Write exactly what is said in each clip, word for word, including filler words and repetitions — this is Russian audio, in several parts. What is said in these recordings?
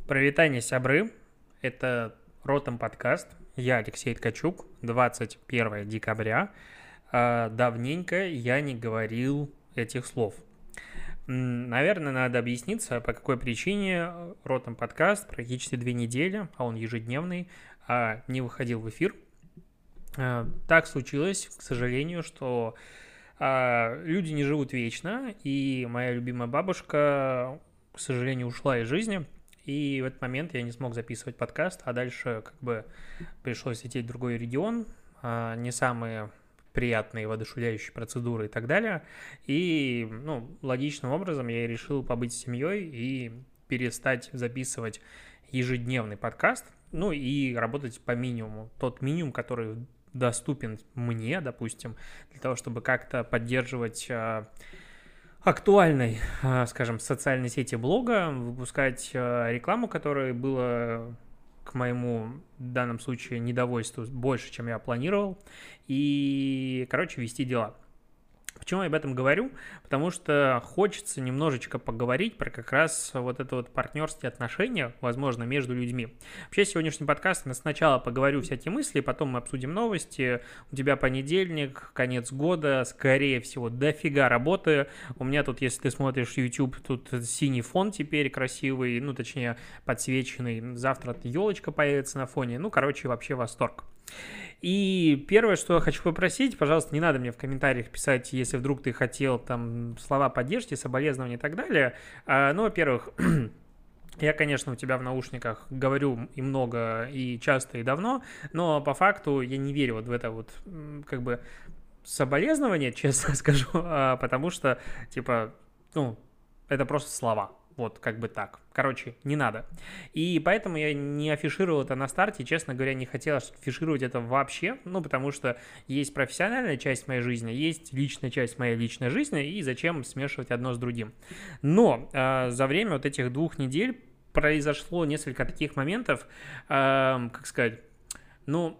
Привитание, сябры. Это Ротом подкаст. Я Алексей Ткачук. двадцать первое декабря. А, давненько я не говорил этих слов. М, Наверное, надо объясниться, по какой причине Ротом подкаст практически две недели, а он ежедневный, а, не выходил в эфир. А, Так случилось, к сожалению, что а, люди не живут вечно, и моя любимая бабушка, к сожалению, ушла из жизни. И в этот момент я не смог записывать подкаст, а дальше как бы пришлось лететь в другой регион, а, не самые приятные воодушевляющие процедуры и так далее. И, ну, логичным образом я решил побыть с семьей и перестать записывать ежедневный подкаст, ну и работать по минимуму. Тот минимум, который доступен мне, допустим, для того, чтобы как-то поддерживать а, актуальной, а, скажем, социальной сети блога, выпускать а, рекламу, которая была к моему в данном случае недовольству больше, чем я планировал, и, короче, вести дела. Почему я об этом говорю? Потому что хочется немножечко поговорить про как раз вот это вот партнерские отношения, возможно, между людьми. Вообще, сегодняшний подкаст, я сначала поговорю всякие мысли, потом мы обсудим новости. У тебя понедельник, конец года, скорее всего, дофига работы. У меня тут, если ты смотришь YouTube, тут синий фон теперь красивый, ну, точнее, подсвеченный. Завтра елочка появится на фоне. Ну, короче, вообще восторг. И первое, что я хочу попросить, пожалуйста, не надо мне в комментариях писать, если вдруг ты хотел там слова поддержки, соболезнования и так далее. А, ну, во-первых, я, конечно, у тебя в наушниках говорю и много, и часто, и давно, но по факту я не верю вот в это вот, как бы, соболезнование, честно скажу, а, потому что, типа, ну, это просто слова. Вот, как бы так. Короче, не надо. И поэтому я не афишировал это на старте. Честно говоря, не хотел афишировать это вообще. Ну, потому что есть профессиональная часть моей жизни, есть личная часть моей личной жизни, и зачем смешивать одно с другим. Но э, за время вот этих двух недель произошло несколько таких моментов, э, как сказать, ну...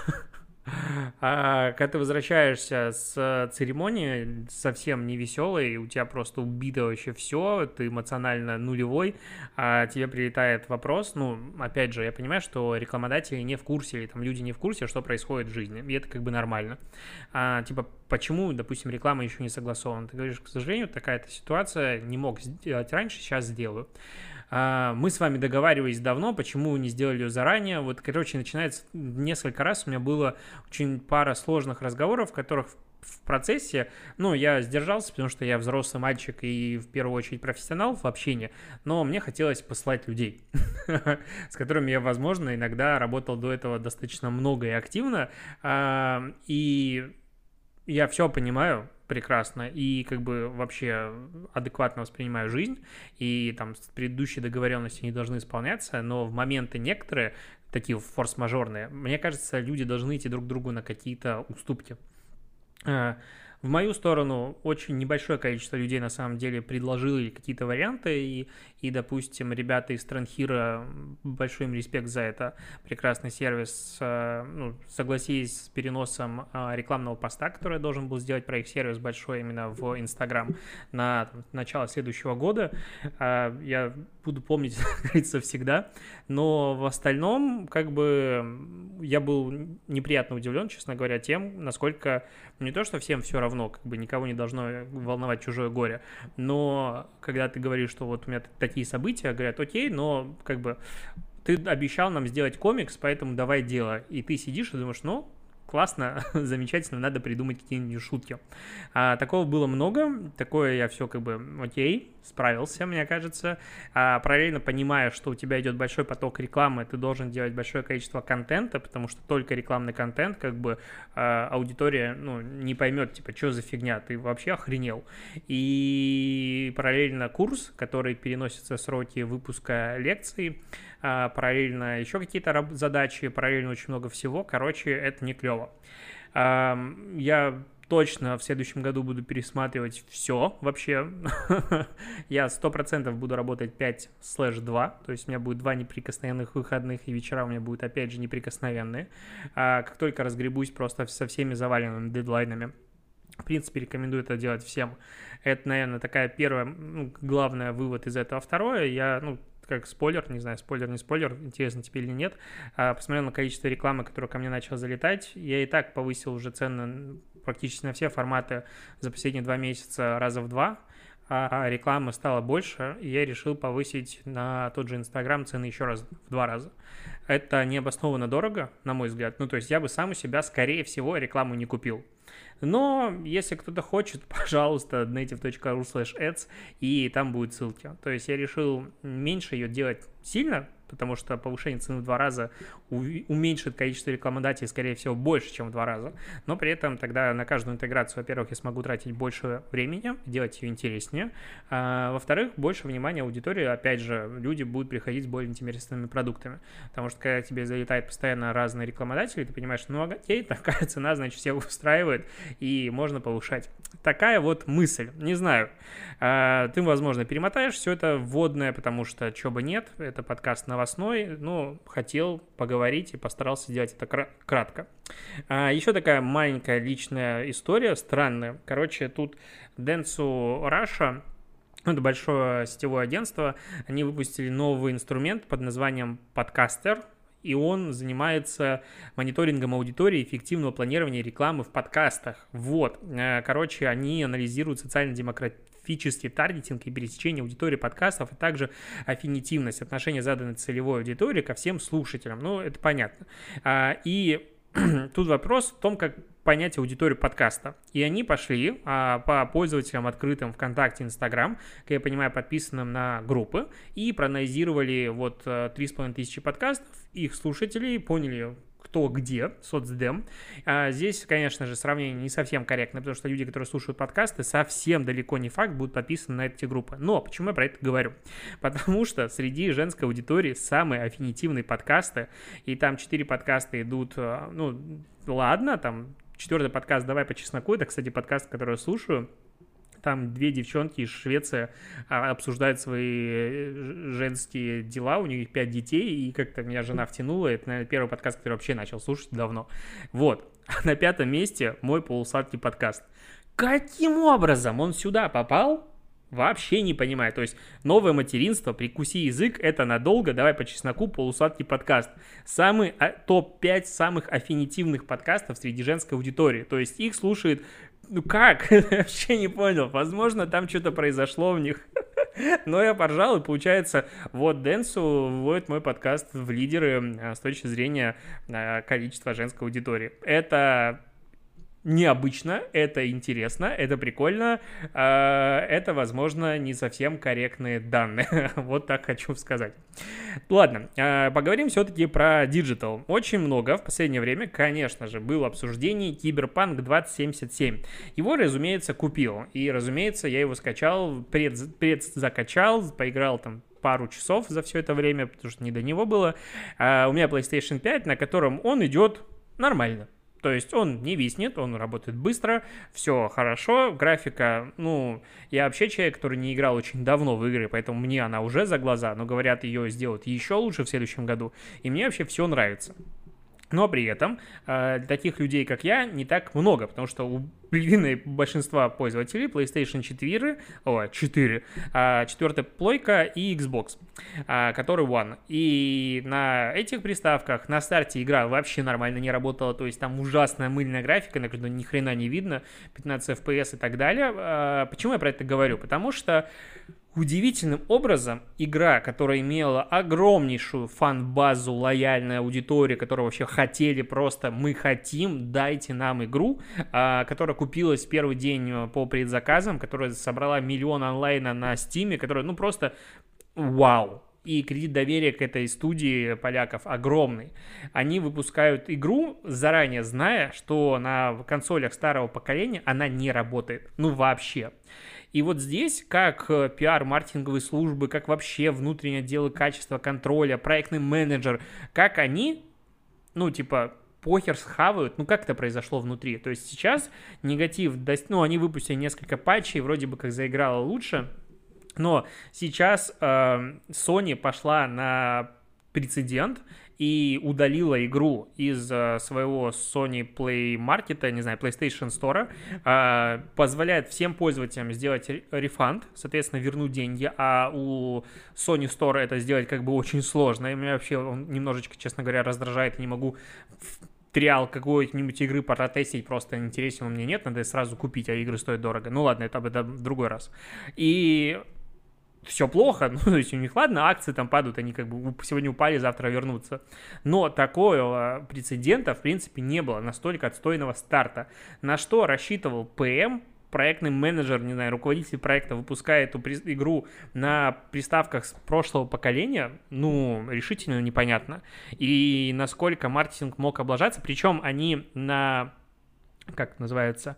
А когда ты возвращаешься с церемонии совсем не веселой, у тебя просто убито вообще все, ты эмоционально нулевой, а тебе прилетает вопрос, ну, опять же, я понимаю, что рекламодатели не в курсе, или там люди не в курсе, что происходит в жизни, и это как бы нормально. А, типа, почему, допустим, реклама еще не согласована? Ты говоришь, к сожалению, такая-то ситуация, не мог сделать раньше, сейчас сделаю. Мы с вами договаривались давно, почему не сделали ее заранее. Вот, короче, начинается несколько раз. У меня было очень пара сложных разговоров, в которых в процессе, ну, я сдержался, потому что я взрослый мальчик и в первую очередь профессионал в общении, но мне хотелось послать людей, с которыми я, возможно, иногда работал до этого достаточно много и активно, и я все понимаю прекрасно и как бы вообще адекватно воспринимаю жизнь, и там предыдущие договоренности не должны исполняться, но в моменты некоторые, такие форс-мажорные, мне кажется, люди должны идти друг другу на какие-то уступки. В мою сторону очень небольшое количество людей на самом деле предложили какие-то варианты, и, и допустим, ребята из Транхира, большой им респект за это, прекрасный сервис, ну, согласились с переносом рекламного поста, который я должен был сделать про их сервис большой именно в Инстаграм на там, начало следующего года. Я буду помнить, как говорится, всегда, но в остальном, как бы, я был неприятно удивлен, честно говоря, тем, насколько не то, что всем все равно, как бы никого не должно волновать чужое горе, но когда ты говоришь, что вот у меня такие события, говорят, окей, но как бы ты обещал нам сделать комикс, поэтому давай дело. И ты сидишь и думаешь, ну, классно, замечательно, надо придумать какие-нибудь шутки. А, такого было много, такое я все как бы окей, справился, мне кажется. А, параллельно понимая, что у тебя идет большой поток рекламы, ты должен делать большое количество контента, потому что только рекламный контент, как бы а, аудитория, ну, не поймет, типа, что за фигня, ты вообще охренел. И параллельно курс, который переносится сроки выпуска лекций, а, параллельно еще какие-то задачи, параллельно очень много всего, короче, это не клево. Я точно в следующем году буду пересматривать все вообще. Я сто процентов буду работать пять слэш два, то есть у меня будет два неприкосновенных выходных, и вечера у меня будут опять же неприкосновенные. А как только разгребусь просто со всеми заваленными дедлайнами, В принципе, рекомендую это делать всем. Это, наверное, такая первая, ну, главная вывод из этого. Второе, я, ну, как спойлер, не знаю, спойлер, не спойлер, интересно тебе или нет, а, посмотрел на количество рекламы, которая ко мне начала залетать. Я и так повысил уже цены практически на все форматы за последние два месяца раза в два, а реклама стала больше, и я решил повысить на тот же Инстаграм цены еще раз в два раза. Это необоснованно дорого, на мой взгляд. Ну, то есть я бы сам у себя, скорее всего, рекламу не купил. Но если кто-то хочет, пожалуйста, native точка ру слэш эдс, и там будут ссылки. То есть я решил меньше ее делать сильно, потому что повышение цены в два раза уменьшит количество рекламодателей, скорее всего, больше, чем в два раза. Но при этом тогда на каждую интеграцию, во-первых, я смогу тратить больше времени, делать ее интереснее. А, во-вторых, больше внимания аудитории, опять же, люди будут приходить с более интересными продуктами. Потому что когда тебе залетает постоянно разные рекламодатели, ты понимаешь, ну, окей, такая цена, значит, всех устраивает, и можно повышать. Такая вот мысль. Не знаю. А, ты, возможно, перемотаешь все это вводное, потому что чего бы нет, это подкаст новостной, но хотел поговорить и постарался сделать это кратко. А, еще такая маленькая личная история, странная. Короче, тут Dentsu Russia, это большое сетевое агентство, они выпустили новый инструмент под названием Podcaster, и он занимается мониторингом аудитории, эффективного планирования рекламы в подкастах. Вот, короче, они анализируют социально-демографический таргетинг и пересечение аудитории подкастов, а также аффинитивность, отношения заданной целевой аудитории ко всем слушателям. Ну, это понятно. И тут вопрос в том, как понять аудиторию подкаста. И они пошли а, по пользователям открытым ВКонтакте, Инстаграм, как я понимаю, подписанным на группы, и проанализировали вот три с половиной тысячи подкастов, их слушателей, поняли, кто где, соцдем. А здесь, конечно же, сравнение не совсем корректно, потому что люди, которые слушают подкасты, совсем далеко не факт будут подписаны на эти группы. Но почему я про это говорю? Потому что среди женской аудитории самые аффинитивные подкасты, и там четыре подкаста идут, ну, ладно, там четвертый подкаст «Давай по чесноку», это, кстати, подкаст, который я слушаю. Там две девчонки из Швеции а, обсуждают свои женские дела, у них пять детей, и как-то меня жена втянула. Это, наверное, первый подкаст, который вообще начал слушать давно. Вот. А на пятом месте мой полусладкий подкаст. Каким образом он сюда попал? Вообще не понимаю. То есть новое материнство, прикуси язык, это надолго, давай по чесноку, полусладкий подкаст. Самый а, топ пять самых аффинитивных подкастов среди женской аудитории. То есть их слушает... Ну как? Вообще не понял. Возможно, там что-то произошло в них. Но я поржал, и получается, вот Dentsu вводит мой подкаст в лидеры с точки зрения количества женской аудитории. Это необычно, это интересно, это прикольно, это, возможно, не совсем корректные данные. Вот так хочу сказать. Ладно, поговорим все-таки про диджитал. Очень много в последнее время, конечно же, было обсуждений Киберпанк двадцать семьдесят семь. Его, разумеется, купил. И, разумеется, я его скачал, пред, предзакачал, поиграл там пару часов за все это время, потому что не до него было. У меня PlayStation пять, на котором он идет нормально. То есть он не виснет, он работает быстро, все хорошо, графика, ну, я вообще человек, который не играл очень давно в игры, поэтому мне она уже за глаза, но говорят, ее сделают еще лучше в следующем году, и мне вообще все нравится. Но при этом э, таких людей, как я, не так много, потому что у половины большинства пользователей PlayStation четыре, о, четыре, э, четвертая плойка и Xbox, э, который One. И на этих приставках на старте игра вообще нормально не работала, то есть там ужасная мыльная графика, на которой ни хрена не видно, пятнадцать эф пи эс и так далее. Э, почему я про это говорю? Потому что удивительным образом игра, которая имела огромнейшую фан-базу, лояльную аудиторию, которую вообще хотели просто «мы хотим, дайте нам игру», а, которая купилась в первый день по предзаказам, которая собрала миллион онлайна на Стиме, которая, ну, просто вау. И кредит доверия к этой студии поляков огромный. Они выпускают игру, заранее зная, что на консолях старого поколения она не работает. Ну, вообще. И вот здесь, как пиар, маркетинговые службы, как вообще внутренние отделы качества контроля, проектный менеджер, как они, ну, типа, похер схавают, ну, как это произошло внутри. То есть сейчас негатив, ну, они выпустили несколько патчей, вроде бы как заиграло лучше, но сейчас э, Sony пошла на прецедент и удалила игру из э, своего Sony Play Market, не знаю, PlayStation Store, э, позволяет всем пользователям сделать рефанд, соответственно, вернуть деньги, а у Sony Store это сделать как бы очень сложно, и меня вообще он немножечко, честно говоря, раздражает, не могу триал какой-нибудь игры протестить, просто интересен он мне нет, надо сразу купить, а игры стоят дорого. Ну ладно, это, это в другой раз. И все плохо, ну, то есть у них, ладно, акции там падают, они как бы сегодня упали, завтра вернутся. Но такого прецедента, в принципе, не было, настолько отстойного старта. На что рассчитывал ПМ, проектный менеджер, не знаю, руководитель проекта выпускает эту игру на приставках с прошлого поколения, ну, решительно непонятно. И насколько маркетинг мог облажаться, причем они на, как называется,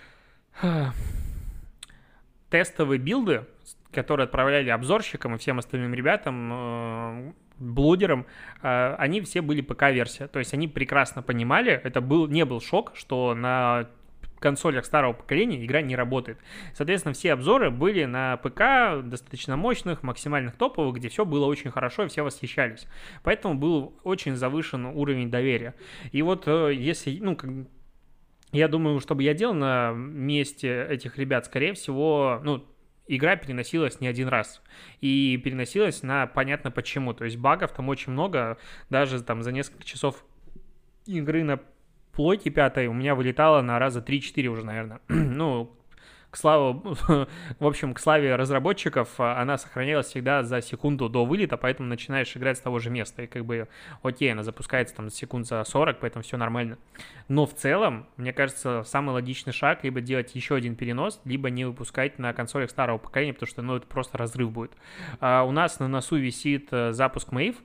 тестовые билды, которые отправляли обзорщикам и всем остальным ребятам, блогерам, они все были ПК-версия. То есть они прекрасно понимали, это был, не был шок, что на консолях старого поколения игра не работает. Соответственно, все обзоры были на ПК достаточно мощных, максимальных топовых, где все было очень хорошо и все восхищались. Поэтому был очень завышен уровень доверия. И вот если, ну, я думаю, что бы я делал на месте этих ребят, скорее всего, ну, игра переносилась не один раз. И переносилась на понятно почему. То есть багов там очень много. Даже там за несколько часов игры на плойке пятой у меня вылетало на раза три-четыре уже, наверное. Ну, к славу, в общем, к славе разработчиков, она сохранялась всегда за секунду до вылета, поэтому начинаешь играть с того же места. И как бы, окей, она запускается там секунд за сорок, поэтому все нормально. Но в целом, мне кажется, самый логичный шаг либо делать еще один перенос, либо не выпускать на консолях старого поколения, потому что, ну, это просто разрыв будет. А у нас на носу висит запуск Мэйв.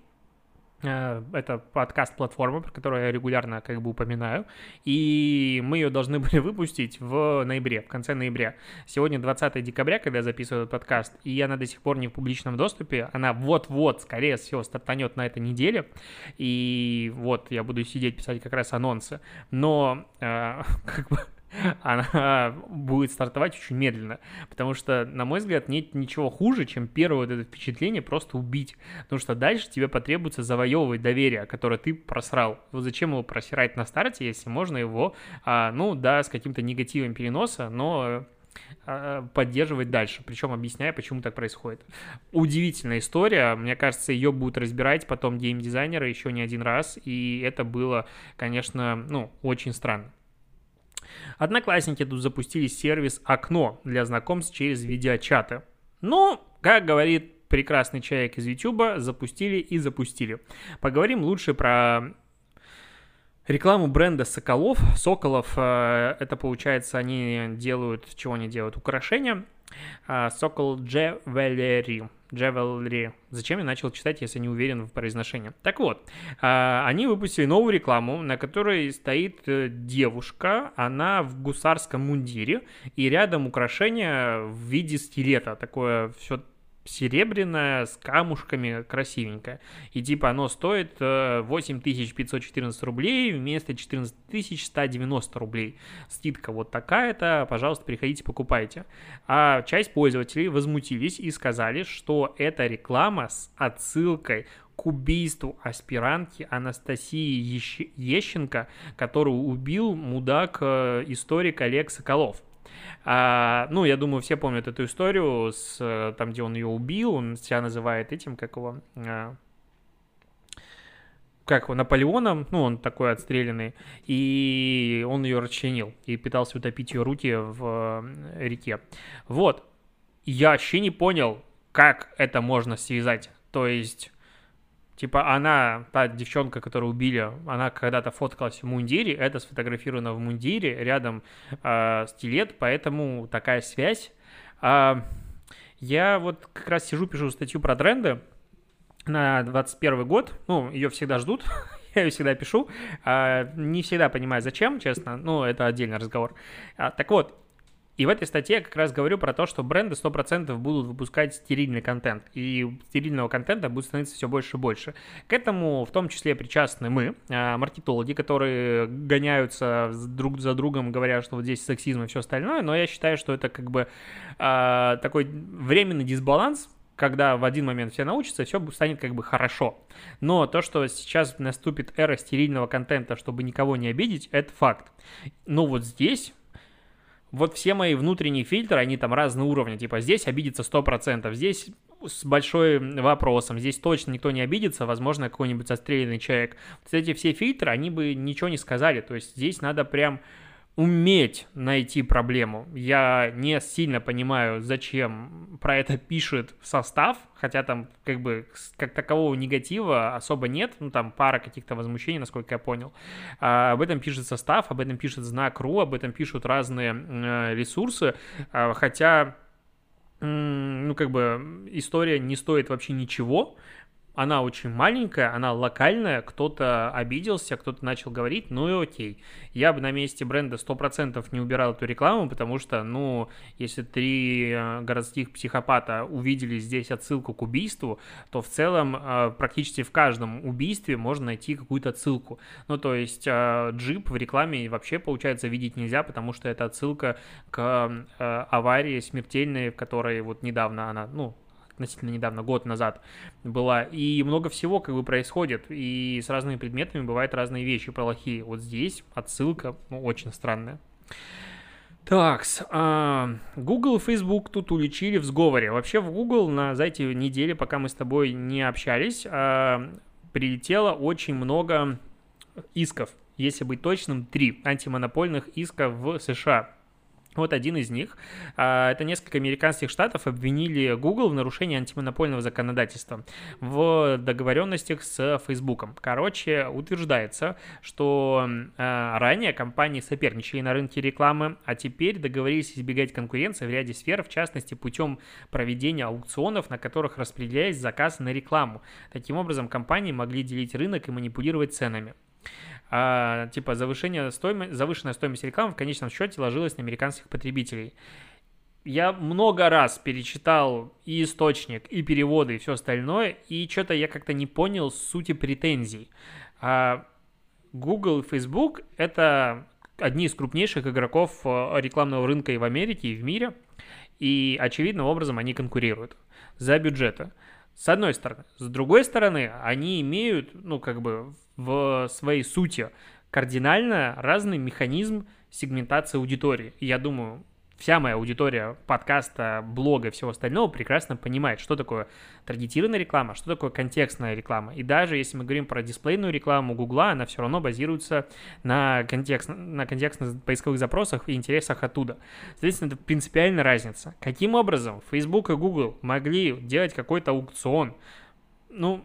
Это подкаст-платформа, про которую я регулярно как бы упоминаю, и мы ее должны были выпустить в ноябре, в конце ноября. Сегодня двадцатое декабря, когда я записываю этот подкаст, и она до сих пор не в публичном доступе, она вот-вот, скорее всего, стартанет на этой неделе, и вот я буду сидеть писать как раз анонсы, но э, как бы она будет стартовать очень медленно, потому что, на мой взгляд, нет ничего хуже, чем первое вот это впечатление просто убить, потому что дальше тебе потребуется завоевывать доверие, которое ты просрал. Вот зачем его просирать на старте, если можно его, а, ну да, с каким-то негативом переноса, но а, поддерживать дальше, причем объясняя, почему так происходит. Удивительная история, мне кажется, ее будут разбирать потом геймдизайнеры еще не один раз, и это было, конечно, ну, очень странно. Одноклассники тут запустили сервис «Окно» для знакомств через видеочаты. Ну, как говорит прекрасный человек из Ютуба, запустили и запустили. Поговорим лучше про рекламу бренда Соколов. Соколов, это получается, они делают, чего они делают? Украшения. Сокол Jewelry. Jewelry. Зачем я начал читать, если не уверен в произношении? Так вот, они выпустили новую рекламу, на которой стоит девушка, она в гусарском мундире, и рядом украшение в виде стилета, такое все серебряное, с камушками, красивенькое. И типа оно стоит восемь тысяч пятьсот четырнадцать рублей вместо четырнадцать тысяч сто девяносто рублей. Скидка вот такая-то, пожалуйста, приходите, покупайте. А часть пользователей возмутились и сказали, что это реклама с отсылкой к убийству аспирантки Анастасии Ещенко, которую убил мудак-историк Олег Соколов. А, ну, я думаю, все помнят эту историю, с, там, где он ее убил, он себя называет этим, как его, а, как его, Наполеоном, ну, он такой отстрелянный, и он ее расчленил, и пытался утопить ее руки в реке. Вот, я вообще не понял, как это можно связать, то есть... Типа она, та девчонка, которую убили, она когда-то фоткалась в мундире, это сфотографировано в мундире, рядом э, стилет, поэтому такая связь. А, я вот как раз сижу, пишу статью про тренды на двадцать первый год, ну, ее всегда ждут, я ее всегда пишу, а, не всегда понимаю, зачем, честно, ну, это отдельный разговор. А, так вот, и в этой статье я как раз говорю про то, что бренды сто процентов будут выпускать стерильный контент, и стерильного контента будет становиться все больше и больше. К этому в том числе причастны мы, маркетологи, которые гоняются друг за другом, говоря, что вот здесь сексизм и все остальное, но я считаю, что это как бы такой временный дисбаланс, когда в один момент все научатся, все станет как бы хорошо. Но то, что сейчас наступит эра стерильного контента, чтобы никого не обидеть, это факт. Но вот здесь... Вот все мои внутренние фильтры, они там разного уровня, типа здесь обидится сто процентов, здесь с большим вопросом, здесь точно никто не обидится, возможно, какой-нибудь застреленный человек. Вот эти все фильтры, они бы ничего не сказали, то есть здесь надо прям уметь найти проблему. Я не сильно понимаю, зачем про это пишет состав, хотя там как бы как такового негатива особо нет, ну там пара каких-то возмущений, насколько я понял. А, об этом пишет состав, об этом пишет Знак.ру, об этом пишут разные э, ресурсы, а, хотя, м, ну как бы история не стоит вообще ничего. Она очень маленькая, она локальная, кто-то обиделся, кто-то начал говорить, ну и окей. Я бы на месте бренда сто процентов не убирал эту рекламу, потому что, ну, если три городских психопата увидели здесь отсылку к убийству, то в целом практически в каждом убийстве можно найти какую-то отсылку. Ну, то есть джип в рекламе вообще, получается, видеть нельзя, потому что это отсылка к аварии смертельной, в которой вот недавно она, ну, относительно недавно, год назад была, и много всего как бы происходит, и с разными предметами бывают разные вещи плохие. Вот здесь отсылка, ну, очень странная. Так, а, Google и Facebook тут уличили в сговоре. Вообще в Google на, за эти недели, пока мы с тобой не общались, а, прилетело очень много исков, если быть точным, три антимонопольных иска в США. Вот один из них. Это несколько американских штатов обвинили Google в нарушении антимонопольного законодательства в договоренностях с Facebook. Короче, утверждается, что ранее компании соперничали на рынке рекламы, а теперь договорились избегать конкуренции в ряде сфер, в частности, путем проведения аукционов, на которых распределялись заказы на рекламу. Таким образом, компании могли делить рынок и манипулировать ценами. А, типа завышение стоимости, завышенная стоимость рекламы в конечном счете ложилась на американских потребителей. Я много раз перечитал и источник, и переводы, и все остальное, и что-то я как-то не понял сути претензий. А, Google и Facebook — это одни из крупнейших игроков рекламного рынка и в Америке, и в мире, и очевидным образом они конкурируют за бюджеты. С одной стороны. С другой стороны, они имеют, ну, как бы в своей сути кардинально разный механизм сегментации аудитории. И я думаю, вся моя аудитория подкаста, блога и всего остального прекрасно понимает, что такое таргетированная реклама, что такое контекстная реклама. И даже если мы говорим про дисплейную рекламу Гугла, она все равно базируется на, контекст, на контекстных поисковых запросах и интересах оттуда. Соответственно, это принципиальная разница. Каким образом Facebook и Google могли делать какой-то аукцион? Ну,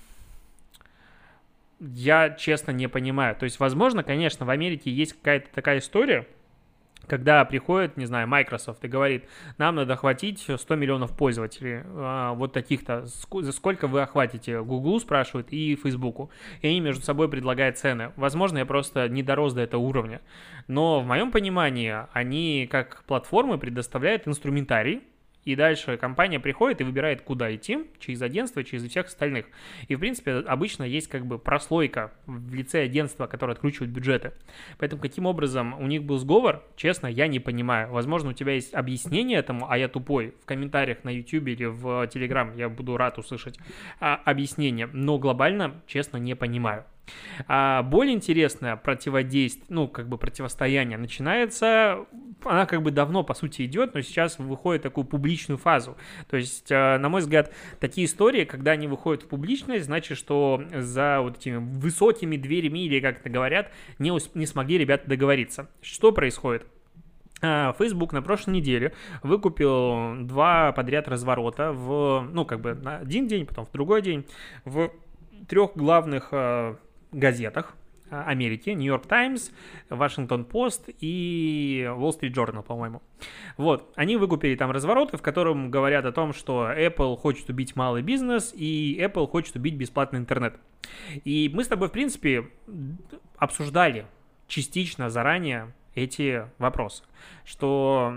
я честно не понимаю. То есть, возможно, конечно, в Америке есть какая-то такая история, когда приходит, не знаю, Microsoft и говорит, нам надо охватить сто миллионов пользователей, а, вот таких-то, за сколько вы охватите? Google спрашивает и Facebook. И они между собой предлагают цены. Возможно, я просто не дорос до этого уровня. Но в моем понимании они, как платформы, предоставляют инструментарий, и дальше компания приходит и выбирает, куда идти, через агентство, через всех остальных. И, в принципе, обычно есть как бы прослойка в лице агентства, которое откручивает бюджеты. Поэтому каким образом у них был сговор, честно, я не понимаю. Возможно, у тебя есть объяснение этому, а я тупой. В комментариях на YouTube или в Telegram я буду рад услышать а, объяснение. Но глобально, честно, не понимаю. А более интересное противодействие, ну, как бы противостояние начинается, она как бы давно, по сути, идет, но сейчас выходит в такую публичную фазу. То есть, на мой взгляд, такие истории, когда они выходят в публичность, значит, что за вот этими высокими дверями, или как это говорят, не, не смогли ребята договориться. Что происходит? Facebook на прошлой неделе выкупил два подряд разворота в, ну, как бы на один день, потом в другой день, в трех главных газетах Америки: Нью-Йорк Таймс, Вашингтон Пост и Wall Street Journal, по-моему. Вот, они выкупили там развороты, в котором говорят о том, что Apple хочет убить малый бизнес и Apple хочет убить бесплатный интернет. И мы с тобой, в принципе, обсуждали частично заранее эти вопросы, что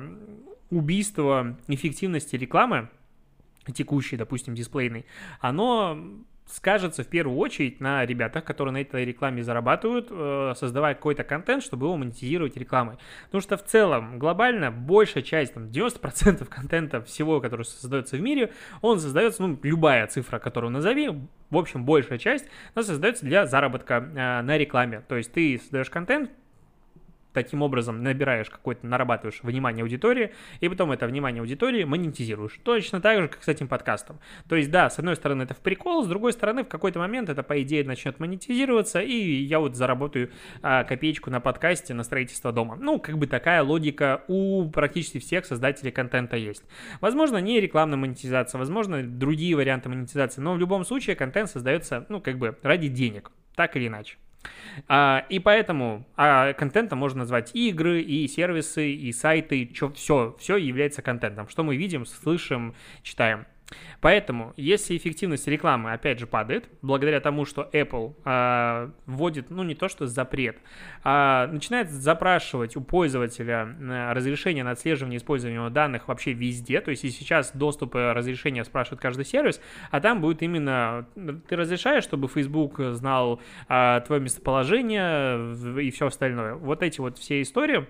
убийство эффективности рекламы, текущей, допустим, дисплейной, оно скажется в первую очередь на ребятах, которые на этой рекламе зарабатывают, э, создавая какой-то контент, чтобы его монетизировать рекламой. Потому что в целом, глобально, большая часть, там, девяносто процентов контента всего, который создается в мире, он создается, ну, любая цифра, которую назови, в общем, большая часть, она создается для заработка э, на рекламе. То есть ты создаешь контент, таким образом набираешь какой-то, нарабатываешь внимание аудитории, и потом это внимание аудитории монетизируешь. Точно так же, как с этим подкастом. То есть, да, с одной стороны это в прикол, с другой стороны в какой-то момент это, по идее, начнет монетизироваться, и я вот заработаю а, копеечку на подкасте на строительство дома. Ну, как бы такая логика у практически всех создателей контента есть. Возможно, не рекламная монетизация, возможно, другие варианты монетизации, но в любом случае контент создается, ну, как бы ради денег, так или иначе. А, и поэтому а, контентом можно назвать и игры, и сервисы, и сайты, чё, все, все является контентом, что мы видим, слышим, читаем. Поэтому, если эффективность рекламы, опять же, падает, благодаря тому, что Apple а, вводит, ну, не то что запрет, а начинает запрашивать у пользователя разрешение на отслеживание использования данных вообще везде, то есть и сейчас доступ и разрешение спрашивает каждый сервис, а там будет именно, ты разрешаешь, чтобы Facebook знал а, твое местоположение и все остальное. Вот эти вот все истории,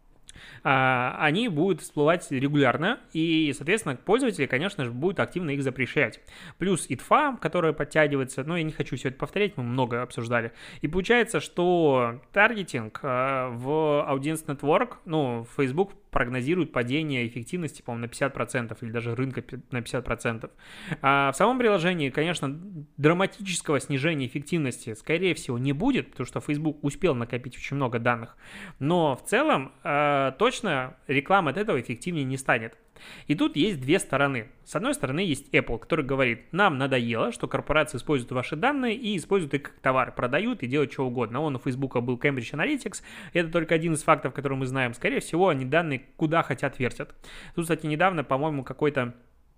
они будут всплывать регулярно, и, соответственно, пользователи, конечно же, будут активно их запрещать. Плюс ай ди эф эй, которая подтягивается, но я не хочу все это повторять, мы много обсуждали. И получается, что таргетинг в Audience Network, ну, Facebook прогнозирует падение эффективности, по-моему, на пятьдесят процентов или даже рынка на пятьдесят процентов. А в самом приложении, конечно, драматического снижения эффективности, скорее всего, не будет, потому что Facebook успел накопить очень много данных. Но в целом точно реклама от этого эффективнее не станет. И тут есть две стороны. С одной стороны есть Apple, который говорит, нам надоело, что корпорации используют ваши данные и используют их как товар, продают и делают что угодно. Он у Facebook был Cambridge Analytics, это только один из фактов, который мы знаем. Скорее всего, они данные куда хотят вертят. Тут, кстати, недавно, по-моему, какой-то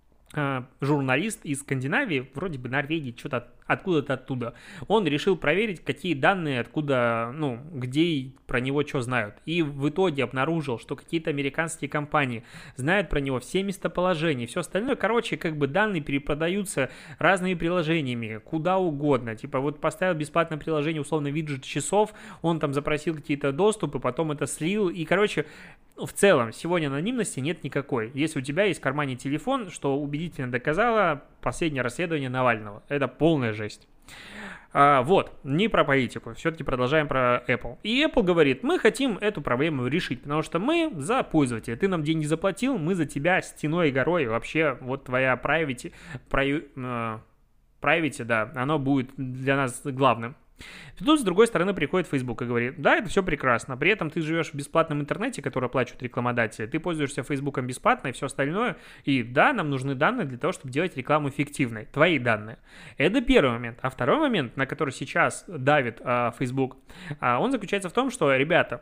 журналист из Скандинавии, вроде бы Норвегии, что-то откуда-то оттуда, он решил проверить, какие данные, откуда, ну, где про него что знают. И в итоге обнаружил, что какие-то американские компании знают про него все местоположения, все остальное. Короче, как бы данные перепродаются разными приложениями, куда угодно. Типа вот поставил бесплатное приложение, условно, виджет часов, он там запросил какие-то доступы, потом это слил. И, короче, в целом, сегодня анонимности нет никакой. Если у тебя есть в кармане телефон, что убедительно доказало последнее расследование Навального. Это полная жесть. А, вот, не про политику, все-таки продолжаем про Apple. И Apple говорит, мы хотим эту проблему решить, потому что мы за пользователя. Ты нам деньги заплатил, мы за тебя стеной и горой. Вообще, вот твоя privacy, privacy, privacy, да, оно будет для нас главным. И тут, с другой стороны, приходит Facebook и говорит, да, это все прекрасно, при этом ты живешь в бесплатном интернете, который оплачивают рекламодатели, ты пользуешься Фейсбуком бесплатно и все остальное, и да, нам нужны данные для того, чтобы делать рекламу эффективной, твои данные. Это первый момент. А второй момент, на который сейчас давит а, Facebook, а, он заключается в том, что, ребята,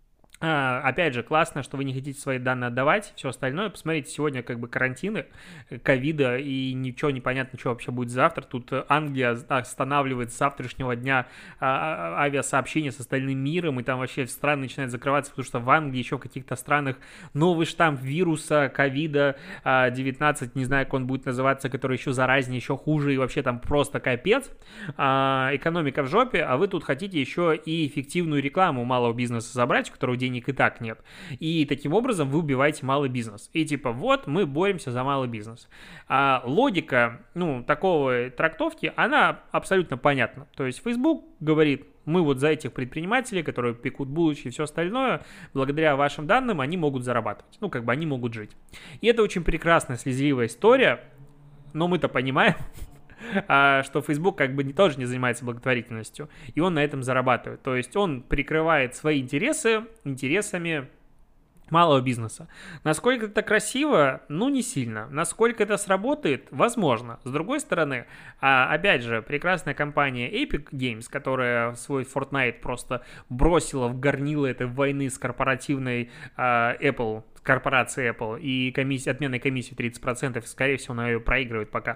опять же, классно, что вы не хотите свои данные отдавать, все остальное. Посмотрите, сегодня как бы карантины, ковида, и ничего не понятно, что вообще будет завтра. Тут Англия останавливает с завтрашнего дня авиасообщение с остальным миром, и там вообще страны начинают закрываться, потому что в Англии еще в каких-то странах новый штамм вируса, ковида девятнадцать, не знаю, как он будет называться, который еще заразнее, еще хуже, и вообще там просто капец. Экономика в жопе, а вы тут хотите еще и эффективную рекламу малого бизнеса забрать, у которого денег и так нет. И таким образом вы убиваете малый бизнес. И типа вот мы боремся за малый бизнес. А логика, ну, такого трактовки, она абсолютно понятна. То есть Facebook говорит, мы вот за этих предпринимателей, которые пекут булочки и все остальное, благодаря вашим данным они могут зарабатывать. Ну, как бы они могут жить. И это очень прекрасная, слезливая история, но мы-то понимаем, что Facebook как бы тоже не занимается благотворительностью, и он на этом зарабатывает. То есть он прикрывает свои интересы интересами малого бизнеса. Насколько это красиво? Ну, не сильно. Насколько это сработает? Возможно. С другой стороны, опять же, прекрасная компания Epic Games, которая свой Fortnite просто бросила в горнило этой войны с корпоративной Apple, корпорации Apple, и комиссия, отменной комиссии тридцать процентов, скорее всего, она ее проигрывает пока.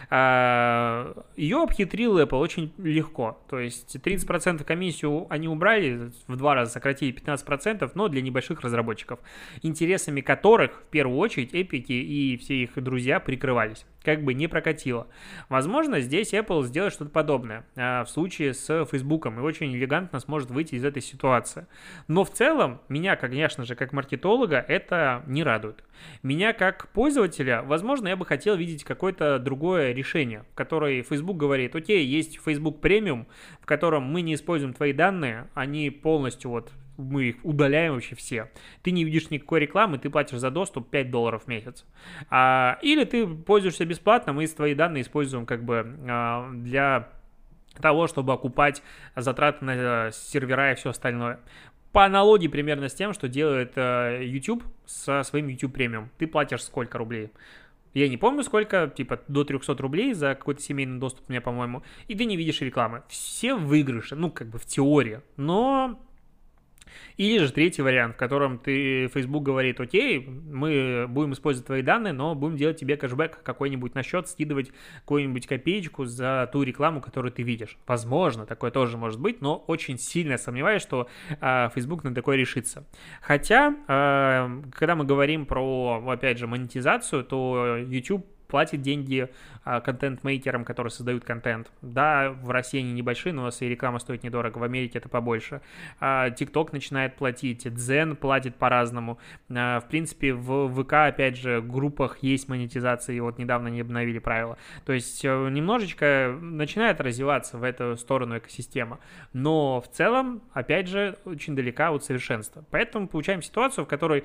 Ее обхитрил Apple очень легко. То есть тридцать процентов комиссию они убрали, в два раза сократили пятнадцать процентов, но для небольших разработчиков, интересами которых, в первую очередь, Epic и все их друзья прикрывались. как бы не прокатило. Возможно, здесь Apple сделает что-то подобное а, в случае с Facebook и очень элегантно сможет выйти из этой ситуации. Но в целом, меня, конечно же, как маркетолога, это не радует. Меня как пользователя, возможно, я бы хотел видеть какое-то другое решение, в которое Facebook говорит: окей, есть Facebook Premium, в котором мы не используем твои данные, они полностью вот мы их удаляем вообще все. Ты не видишь никакой рекламы, ты платишь за доступ пять долларов в месяц. А, или ты пользуешься бесплатно, мы твои данные используем как бы а, для того, чтобы окупать затраты на сервера и все остальное. По аналогии примерно с тем, что делает а, YouTube со своим YouTube Premium. Ты платишь сколько рублей? Я не помню сколько, типа до триста рублей за какой-то семейный доступ у меня, по-моему. И ты не видишь рекламы. Все выигрыши, ну как бы в теории, но... Или же третий вариант, в котором ты, Facebook говорит: окей, мы будем использовать твои данные, но будем делать тебе кэшбэк какой-нибудь на счет, скидывать какую-нибудь копеечку за ту рекламу, которую ты видишь. Возможно, такое тоже может быть, но очень сильно сомневаюсь, что э, Facebook на такое решится. Хотя, э, когда мы говорим про, опять же, монетизацию, то YouTube платит деньги а, контент-мейкерам, которые создают контент. Да, в России они небольшие, но у нас и реклама стоит недорого, в Америке это побольше. А, TikTok начинает платить, Дзен платит по-разному. А, в принципе, в ВК, опять же, в группах есть монетизация, и вот недавно они обновили правила. То есть немножечко начинает развиваться в эту сторону экосистема. Но в целом, опять же, очень далека от совершенства. Поэтому получаем ситуацию, в которой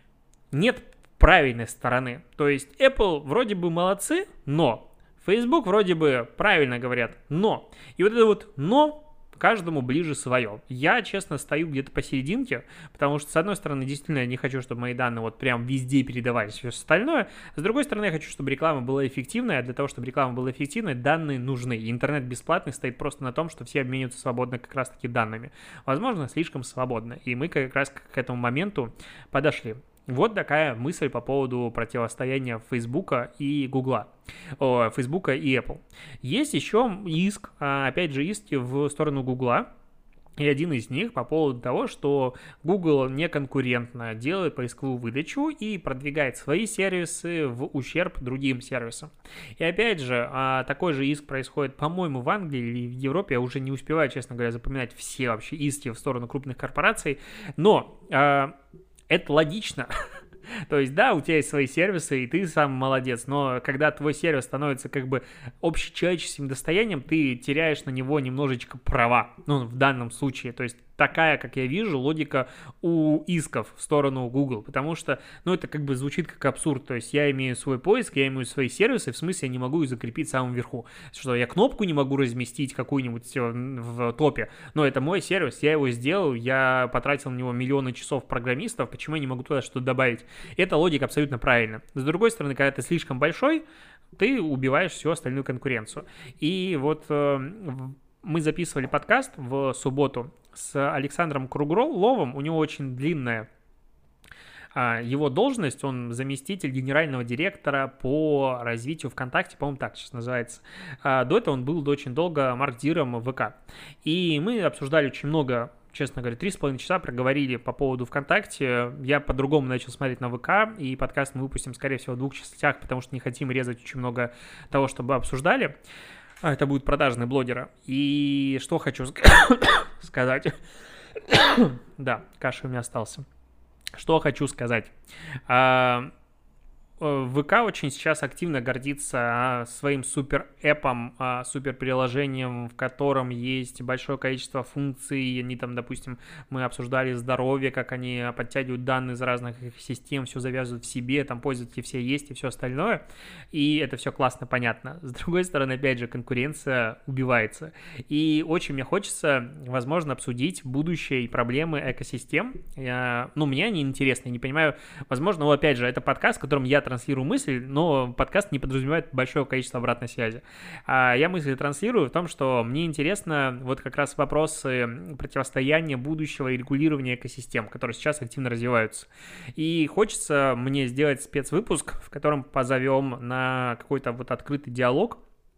нет правильной стороны. То есть Apple вроде бы молодцы, но Facebook вроде бы правильно говорят, но. И вот это вот но каждому ближе свое. Я, честно, стою где-то посерединке, потому что, с одной стороны, действительно, я не хочу, чтобы мои данные вот прям везде передавались, все остальное. С другой стороны, я хочу, чтобы реклама была эффективной, а для того, чтобы реклама была эффективной, данные нужны. И интернет бесплатный стоит просто на том, что все обмениваются свободно как раз-таки данными. Возможно, слишком свободно. И мы как раз к этому моменту подошли. Вот такая мысль по поводу противостояния Фейсбука и Гугла, о, Фейсбука и Apple. Есть еще иск, опять же, иски в сторону Гугла. И один из них по поводу того, что Google неконкурентно делает поисковую выдачу и продвигает свои сервисы в ущерб другим сервисам. И опять же, такой же иск происходит, по-моему, в Англии или в Европе. Я уже не успеваю, честно говоря, запоминать все вообще иски в сторону крупных корпораций. Но... это логично. То есть, да, у тебя есть свои сервисы, и ты сам молодец, но когда твой сервис становится как бы общечеловеческим достоянием, ты теряешь на него немножечко права, ну, в данном случае. То есть, такая, как я вижу, логика у исков в сторону Google, потому что, ну, это как бы звучит как абсурд. То есть, я имею свой поиск, я имею свои сервисы, в смысле, я не могу их закрепить в самом верху. Что, я кнопку не могу разместить какую-нибудь в топе, но это мой сервис, я его сделал, я потратил на него миллионы часов программистов, почему я не могу туда что-то добавить? Эта логика абсолютно правильна. С другой стороны, когда ты слишком большой, ты убиваешь всю остальную конкуренцию. И вот э, мы записывали подкаст в субботу с Александром Кругловым, у него очень длинная а, его должность, он заместитель генерального директора по развитию ВКонтакте, по-моему, так сейчас называется. А, до этого он был очень долго маркетиром ВК. И мы обсуждали очень много, честно говоря, три с половиной часа проговорили по поводу ВКонтакте. Я по-другому начал смотреть на ВК, и подкаст мы выпустим, скорее всего, в двух частях, потому что не хотим резать очень много того, чтобы обсуждали. Это будут продажные блогеры. И что хочу сказать. Да, кашель у меня остался. Что хочу сказать. ВК очень сейчас активно гордится своим супер-эпом, супер-приложением, в котором есть большое количество функций. Они там, допустим, мы обсуждали здоровье, как они подтягивают данные из разных систем, все завязывают в себе, там пользователи все есть и все остальное. И это все классно, понятно. С другой стороны, опять же, конкуренция убивается. И очень мне хочется, возможно, обсудить будущее и проблемы экосистем. Я, ну, мне они интересны, не понимаю. Возможно, ну, опять же, это подкаст, в котором я транслирую мысль, но подкаст не подразумевает большое количество обратной связи. А я мысли транслирую в том, что мне интересно вот как раз вопросы противостояния будущего и регулирования экосистем, которые сейчас активно развиваются. И хочется мне сделать спецвыпуск, в котором позовем на какой-то вот открытый диалог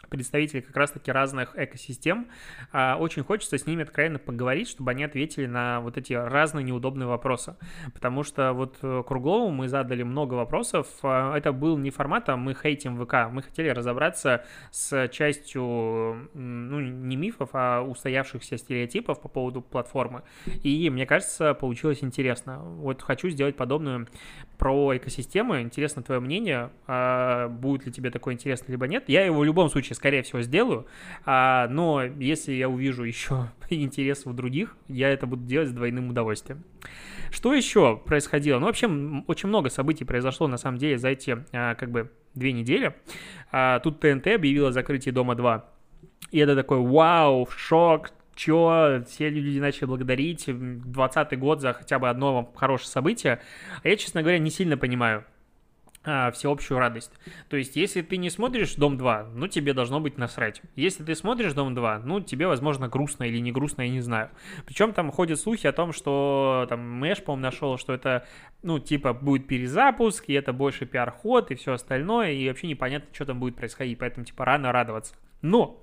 представители как раз-таки разных экосистем. Очень хочется с ними откровенно поговорить, чтобы они ответили на вот эти разные неудобные вопросы. Потому что вот Круглову мы задали много вопросов. Это был не формат, а мы хейтим ВК. Мы хотели разобраться с частью, ну, не мифов, а устоявшихся стереотипов по поводу платформы. И, мне кажется, получилось интересно. Вот хочу сделать подобную про экосистемы. Интересно твое мнение. Будет ли тебе такое интересно, либо нет. Я его в любом случае, скорее всего, сделаю, а, но если я увижу еще интерес у других, я это буду делать с двойным удовольствием. Что еще происходило? Ну, вообще, очень много событий произошло, на самом деле, за эти, а, как бы, две недели. А, тут ТНТ объявила закрытие Дома-два, и это такой, вау, шок, чё, все люди начали благодарить двадцатый год за хотя бы одно хорошее событие, а я, честно говоря, не сильно понимаю всеобщую радость. То есть, если ты не смотришь «Дом-два», ну, тебе должно быть насрать. Если ты смотришь «Дом-два», ну, тебе, возможно, грустно или не грустно, я не знаю. Причем там ходят слухи о том, что там Мэш, по-моему, нашел, что это, ну, типа, будет перезапуск, и это больше пиар-ход, и все остальное, и вообще непонятно, что там будет происходить, поэтому, типа, рано радоваться. Но!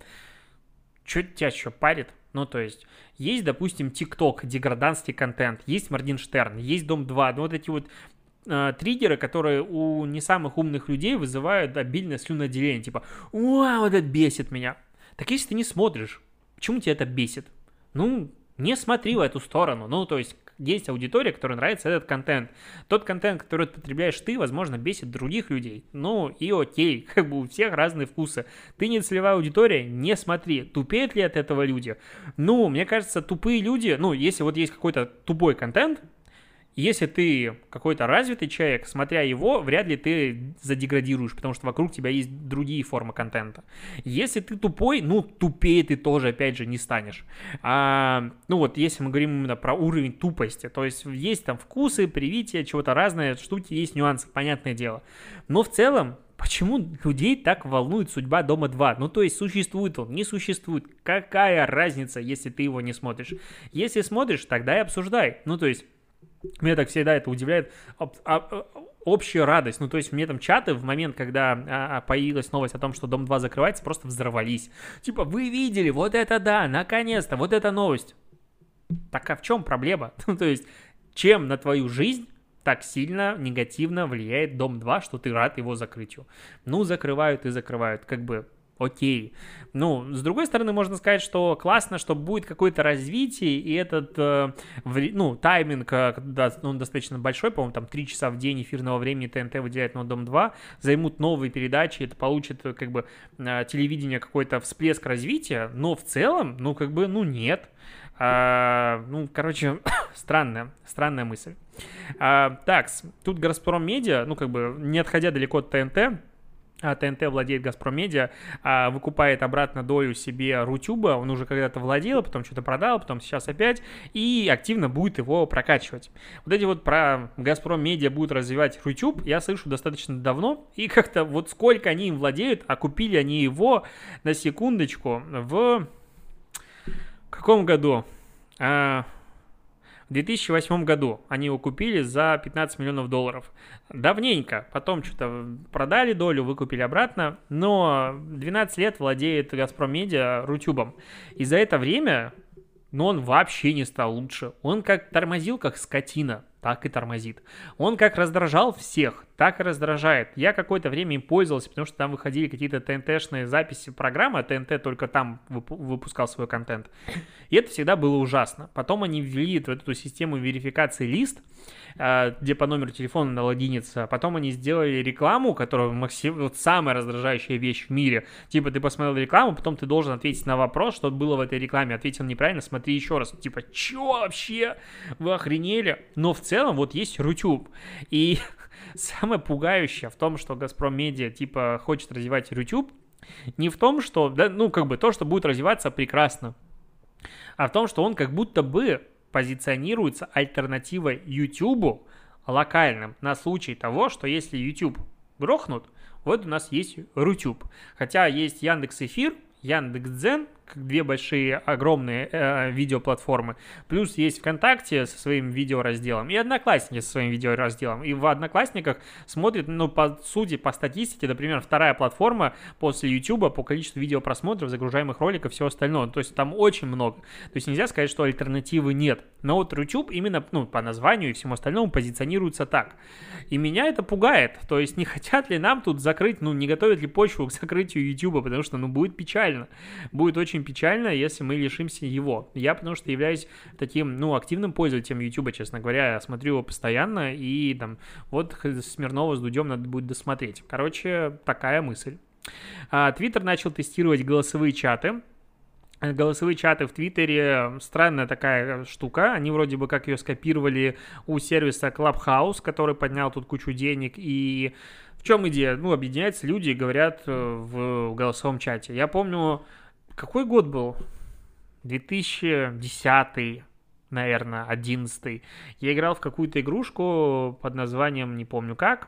Что тебя что парит? Ну, то есть, есть, допустим, ТикТок, деграданский контент, есть Моргенштерн, есть Дом-два, ну, вот эти вот триггеры, которые у не самых умных людей вызывают обильное слюноотделение, типа «Вау, это бесит меня». Так если ты не смотришь, почему тебя это бесит? Ну, не смотри в эту сторону. Ну, то есть, есть аудитория, которой нравится этот контент. Тот контент, который потребляешь ты, возможно, бесит других людей. Ну, и окей, как бы у всех разные вкусы. Ты не целевая аудитория, не смотри. Тупеют ли от этого люди? Ну, мне кажется, тупые люди, ну, если вот есть какой-то тупой контент, если ты какой-то развитый человек, смотря его, вряд ли ты задеградируешь, потому что вокруг тебя есть другие формы контента. Если ты тупой, ну, тупее ты тоже, опять же, не станешь. А, ну вот, если мы говорим именно про уровень тупости, то есть есть там вкусы, привития, чего-то разное, штуки, есть нюансы, понятное дело. Но в целом, почему людей так волнует судьба Дома-два? Ну, то есть, существует он, не существует. Какая разница, если ты его не смотришь? Если смотришь, тогда и обсуждай. Ну, то есть, меня так всегда это удивляет, общая радость. Ну, то есть, мне там чаты в момент, когда появилась новость о том, что Дом-два закрывается, просто взорвались. Типа, вы видели, вот это да, наконец-то, вот эта новость. Так а в чем проблема? Ну, то есть, чем на твою жизнь так сильно негативно влияет Дом-два, что ты рад его закрытию? Ну, закрывают и закрывают, как бы... Окей. Ну, с другой стороны, можно сказать, что классно, что будет какое-то развитие, и этот, э, в, ну, тайминг, э, да, он достаточно большой, по-моему, там три часа в день эфирного времени ТНТ выделяет на Дом-два, займут новые передачи, это получит, как бы, э, телевидение какой-то всплеск развития, но в целом, ну, как бы, ну, нет. А, ну, короче, странная, странная мысль. А, так, тут Газпром Медиа, ну, как бы, не отходя далеко от ТНТ, а ТНТ владеет Газпром Медиа, а, выкупает обратно долю себе Рутюба, он уже когда-то владел, потом что-то продал, потом сейчас опять, и активно будет его прокачивать. Вот эти вот про Газпром Медиа будут развивать Рутюб, я слышу достаточно давно, и как-то вот сколько они им владеют, а купили они его, на секундочку, в каком году? А... В две тысячи восьмом году они его купили за пятнадцать миллионов долларов. Давненько. Потом что-то продали долю, выкупили обратно. Но двенадцать лет владеет Газпром Медиа Рутюбом. И за это время, ну, он вообще не стал лучше. Он как тормозил, как скотина, так и тормозит. Он как раздражал всех, так и раздражает. Я какое-то время им пользовался, потому что там выходили какие-то ТНТшные записи программы, а ТНТ только там выпускал свой контент. И это всегда было ужасно. Потом они ввели вот эту систему верификации лист, где по номеру телефона надо логиниться. Потом они сделали рекламу, которая максим... вот самая раздражающая вещь в мире. Типа ты посмотрел рекламу, потом ты должен ответить на вопрос, что было в этой рекламе. Ответил неправильно, смотри еще раз. Типа, чё вообще? Вы охренели? Но в целом вот есть Рутюб. И самое пугающее в том, что Газпром Медиа типа хочет развивать Рутюб, не в том, что, да, ну как бы то, что будет развиваться прекрасно, а в том, что он как будто бы позиционируется альтернативой Ютубу локальным на случай того, что если YouTube грохнут, вот у нас есть Рутюб. Хотя есть Яндекс.Эфир, Яндекс.Дзен, как две большие, огромные э, видеоплатформы. Плюс есть ВКонтакте со своим видеоразделом и Одноклассники со своим видеоразделом. И в Одноклассниках смотрят, ну, по сути, по статистике, например, вторая платформа после YouTube по количеству видеопросмотров, загружаемых роликов, всего остального. То есть там очень много. То есть нельзя сказать, что альтернативы нет. Но вот YouTube именно, ну, по названию и всему остальному позиционируется так. И меня это пугает. То есть не хотят ли нам тут закрыть, ну, не готовят ли почву к закрытию YouTube, потому что, ну, будет печально. Будет очень печально, если мы лишимся его. Я, потому что являюсь таким, ну, активным пользователем YouTube, честно говоря. Я смотрю его постоянно, и там вот Смирнова с Дудем надо будет досмотреть. Короче, такая мысль. Твиттер начал тестировать голосовые чаты. Голосовые чаты в Твиттере — странная такая штука. Они вроде бы как ее скопировали у сервиса Clubhouse, который поднял тут кучу денег. И в чем идея? Ну, объединяются люди и говорят в голосовом чате. Я помню, какой год был? две тысячи десятый, наверное, одиннадцатый. Я играл в какую-то игрушку под названием не помню как.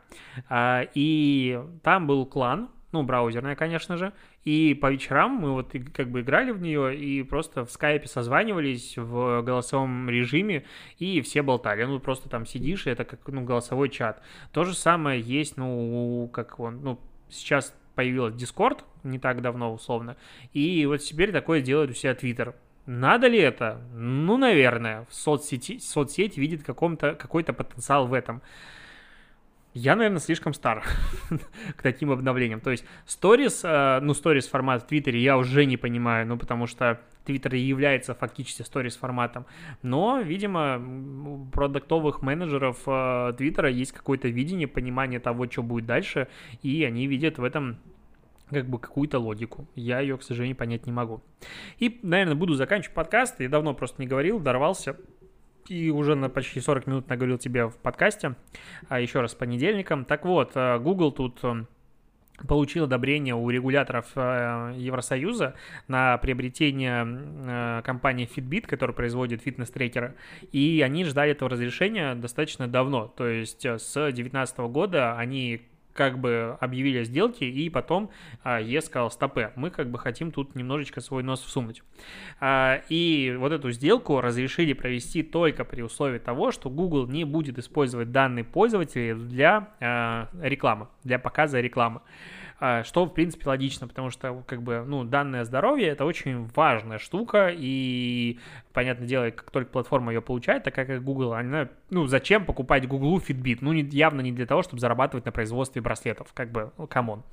И там был клан. Ну, браузерная, конечно же, и по вечерам мы вот как бы играли в нее и просто в скайпе созванивались в голосовом режиме, и все болтали. Ну, просто там сидишь, и это как, ну, голосовой чат. То же самое есть, ну, как он, ну, сейчас появился Discord не так давно, условно, и вот теперь такое делает у себя Twitter. Надо ли это? Ну, наверное. Соцсети, соцсеть видит каком-то, какой-то потенциал в этом. Я, наверное, слишком стар к таким обновлениям. То есть сторис, ну, сторис формат в Твиттере я уже не понимаю, ну, потому что Твиттер является фактически сторис форматом. Но, видимо, у продуктовых менеджеров Твиттера есть какое-то видение, понимание того, что будет дальше, и они видят в этом как бы какую-то логику. Я ее, к сожалению, понять не могу. И, наверное, буду заканчивать подкаст. Я давно просто не говорил, дорвался. И уже на почти сорок минут наговорил тебе в подкасте, а еще раз с понедельником. Так вот, Google тут получил одобрение у регуляторов Евросоюза на приобретение компании Fitbit, которая производит фитнес-трекеры, и они ждали этого разрешения достаточно давно. То есть с две тысячи девятнадцатого года они как бы объявили о сделке, и потом а, ЕС сказал: стопэ, мы как бы хотим тут немножечко свой нос всунуть. А, и вот эту сделку разрешили провести только при условии того, что Google не будет использовать данные пользователей для а, рекламы, для показа рекламы. Что, в принципе, логично, потому что, как бы, ну, данное здоровье — это очень важная штука, и, понятное дело, как только платформа ее получает, такая как Google, она, ну, зачем покупать Google Fitbit? Ну, не, явно не для того, чтобы зарабатывать на производстве браслетов, как бы, ну, камон.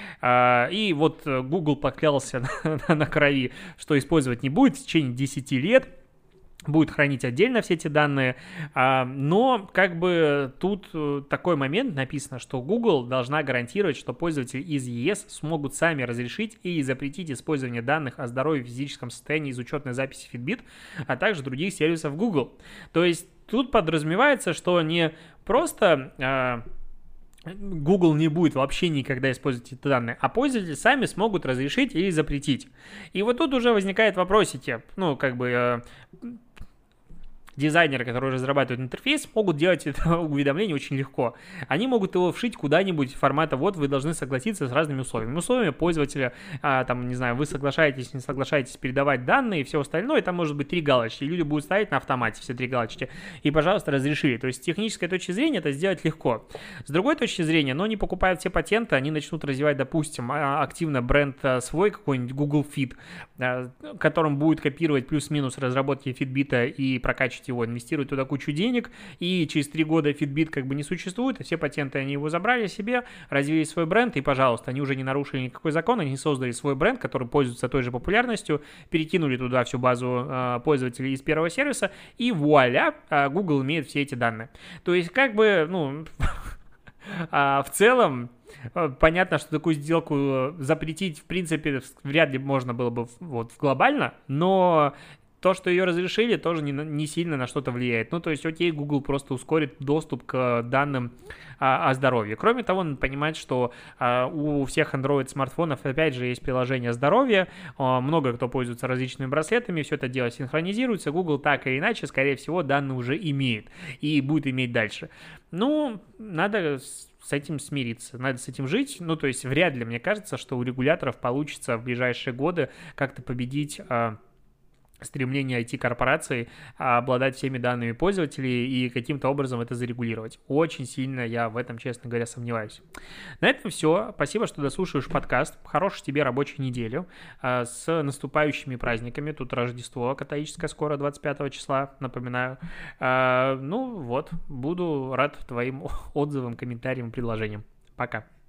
И вот Google поклялся на, на крови, что использовать не будет в течение десяти лет, будет хранить отдельно все эти данные, но как бы тут такой момент написано, что Google должна гарантировать, что пользователи из ЕС смогут сами разрешить и запретить использование данных о здоровье и физическом состоянии из учетной записи Fitbit, а также других сервисов Google. То есть тут подразумевается, что не просто Google не будет вообще никогда использовать эти данные, а пользователи сами смогут разрешить или запретить. И вот тут уже возникает вопросики, ну, как бы дизайнеры, которые разрабатывают интерфейс, могут делать это уведомление очень легко. Они могут его вшить куда-нибудь формата: вот вы должны согласиться с разными условиями. Условия пользователя, а, там, не знаю, вы соглашаетесь, не соглашаетесь передавать данные и все остальное, там может быть три галочки, и люди будут ставить на автомате все три галочки, и, пожалуйста, разрешили. То есть с технической точки зрения это сделать легко. С другой точки зрения, но они покупают все патенты, они начнут развивать, допустим, активно бренд свой, какой-нибудь Google Fit, которым будет копировать плюс-минус разработки Fitbit и прокачивать его, инвестируют туда кучу денег, и через три года Fitbit как бы не существует, и все патенты они его забрали себе, развили свой бренд, и, пожалуйста, они уже не нарушили никакой закон, они создали свой бренд, который пользуется той же популярностью, перекинули туда всю базу э, пользователей из первого сервиса, и вуаля, э, Google имеет все эти данные. То есть, как бы, ну, в целом, понятно, что такую сделку запретить, в принципе, вряд ли можно было бы вот глобально, но то, что ее разрешили, тоже не, не сильно на что-то влияет. Ну, то есть, окей, Google просто ускорит доступ к данным а, о здоровье. Кроме того, надо понимать, что а, у всех Android-смартфонов, опять же, есть приложение здоровья, а, много кто пользуется различными браслетами, все это дело синхронизируется. Google так или иначе, скорее всего, данные уже имеет и будет иметь дальше. Ну, надо с этим смириться, надо с этим жить. Ну, то есть вряд ли, мне кажется, что у регуляторов получится в ближайшие годы как-то победить стремление ай ти-корпораций обладать всеми данными пользователей и каким-то образом это зарегулировать. Очень сильно я в этом, честно говоря, сомневаюсь. На этом все. Спасибо, что дослушаешь подкаст. Хорошей тебе рабочей недели. С наступающими праздниками. Тут Рождество католическое скоро, двадцать пятого числа, напоминаю. Ну вот, буду рад твоим отзывам, комментариям, предложениям. Пока.